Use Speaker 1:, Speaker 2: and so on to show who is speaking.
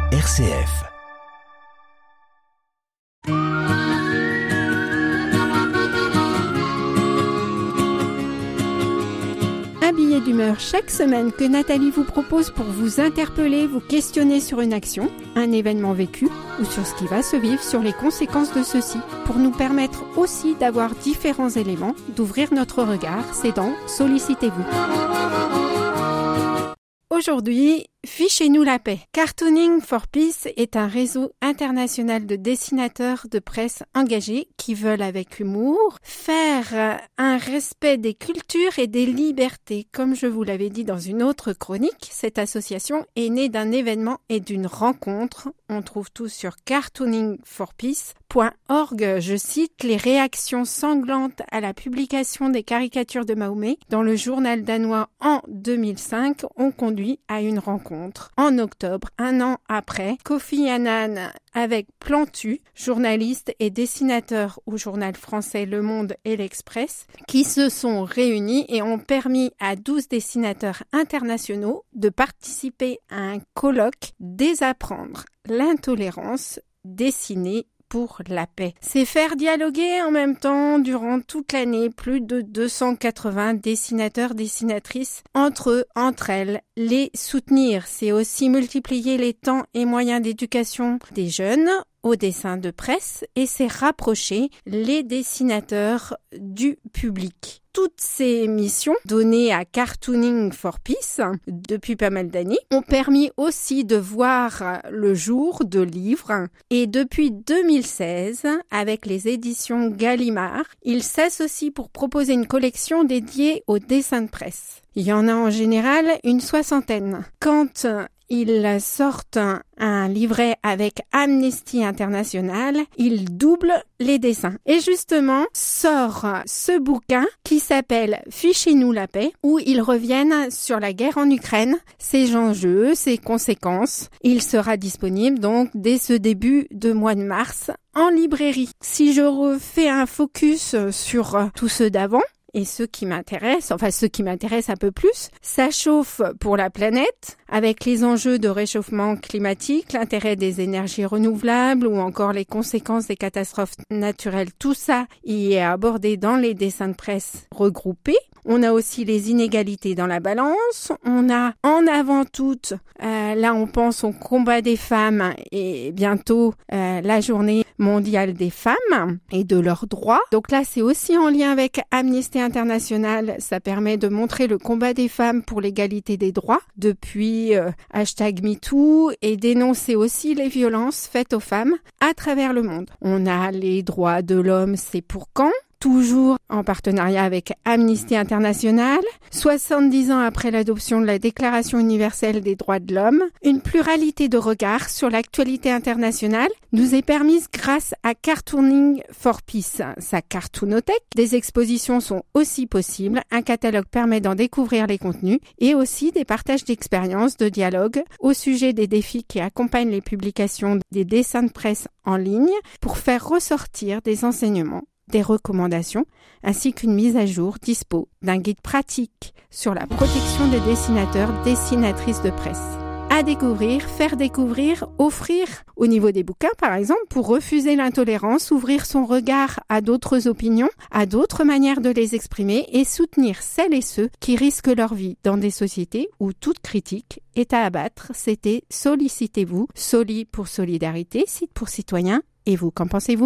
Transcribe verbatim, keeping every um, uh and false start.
Speaker 1: R C F.
Speaker 2: Un billet d'humeur chaque semaine que Nathalie vous propose pour vous interpeller, vous questionner sur une action, un événement vécu ou sur ce qui va se vivre, sur les conséquences de ceci, pour nous permettre aussi d'avoir différents éléments, d'ouvrir notre regard. C'est dans Sollicitez-vous. Aujourd'hui, fichez-nous la paix. Cartooning for Peace est un réseau international de dessinateurs de presse engagés qui veulent avec humour faire un respect des cultures et des libertés. Comme je vous l'avais dit dans une autre chronique, cette association est née d'un événement et d'une rencontre. On trouve tout sur cartooning for peace point org. Je cite: les réactions sanglantes à la publication des caricatures de Mahomet dans le journal danois en deux mille cinq ont conduit à une rencontre. En octobre, un an après, Kofi Annan avec Plantu, journaliste et dessinateur au journal français Le Monde et l'Express, qui se sont réunis et ont permis à douze dessinateurs internationaux de participer à un colloque Désapprendre l'intolérance, dessiner pour la paix. C'est faire dialoguer en même temps durant toute l'année plus de deux cent quatre-vingts dessinateurs, dessinatrices entre eux, entre elles, les soutenir. C'est aussi multiplier les temps et moyens d'éducation des jeunes au dessin de presse et c'est rapprocher les dessinateurs du public. Toutes ces missions données à Cartooning for Peace depuis pas mal d'années ont permis aussi de voir le jour de livres et depuis deux mille seize, avec les éditions Gallimard, ils s'associent pour proposer une collection dédiée au dessin de presse. Il y en a en général une soixantaine. Quand ils sortent un livret avec Amnesty International, ils doublent les dessins. Et justement, sort ce bouquin qui s'appelle « Fichez-nous la paix » où ils reviennent sur la guerre en Ukraine, ses enjeux, ses conséquences. Il sera disponible donc dès ce début de mois de mars en librairie. Si je refais un focus sur tous ceux d'avant, et ceux qui m'intéressent, enfin ceux qui m'intéressent un peu plus, ça chauffe pour la planète avec les enjeux de réchauffement climatique, l'intérêt des énergies renouvelables ou encore les conséquences des catastrophes naturelles. Tout ça y est abordé dans les dessins de presse regroupés. On a aussi les inégalités dans la balance. On a en avant toute, euh, là on pense au combat des femmes et bientôt euh, la journée mondiale des femmes et de leurs droits. Donc là c'est aussi en lien avec Amnesty International. Ça permet de montrer le combat des femmes pour l'égalité des droits depuis euh, hashtag MeToo et dénoncer aussi les violences faites aux femmes à travers le monde. On a les droits de l'homme, c'est pour quand ? Toujours en partenariat avec Amnesty International, soixante-dix ans après l'adoption de la Déclaration universelle des droits de l'homme, une pluralité de regards sur l'actualité internationale nous est permise grâce à Cartooning for Peace, sa cartoonothèque. Des expositions sont aussi possibles, un catalogue permet d'en découvrir les contenus et aussi des partages d'expériences, de dialogues au sujet des défis qui accompagnent les publications des dessins de presse en ligne pour faire ressortir des enseignements, des recommandations, ainsi qu'une mise à jour dispo d'un guide pratique sur la protection des dessinateurs, dessinatrices de presse. À découvrir, faire découvrir, offrir au niveau des bouquins par exemple, pour refuser l'intolérance, ouvrir son regard à d'autres opinions, à d'autres manières de les exprimer et soutenir celles et ceux qui risquent leur vie dans des sociétés où toute critique est à abattre. C'était Sollicitez-vous, Soli pour solidarité, Site pour citoyens. Et vous, qu'en pensez-vous ?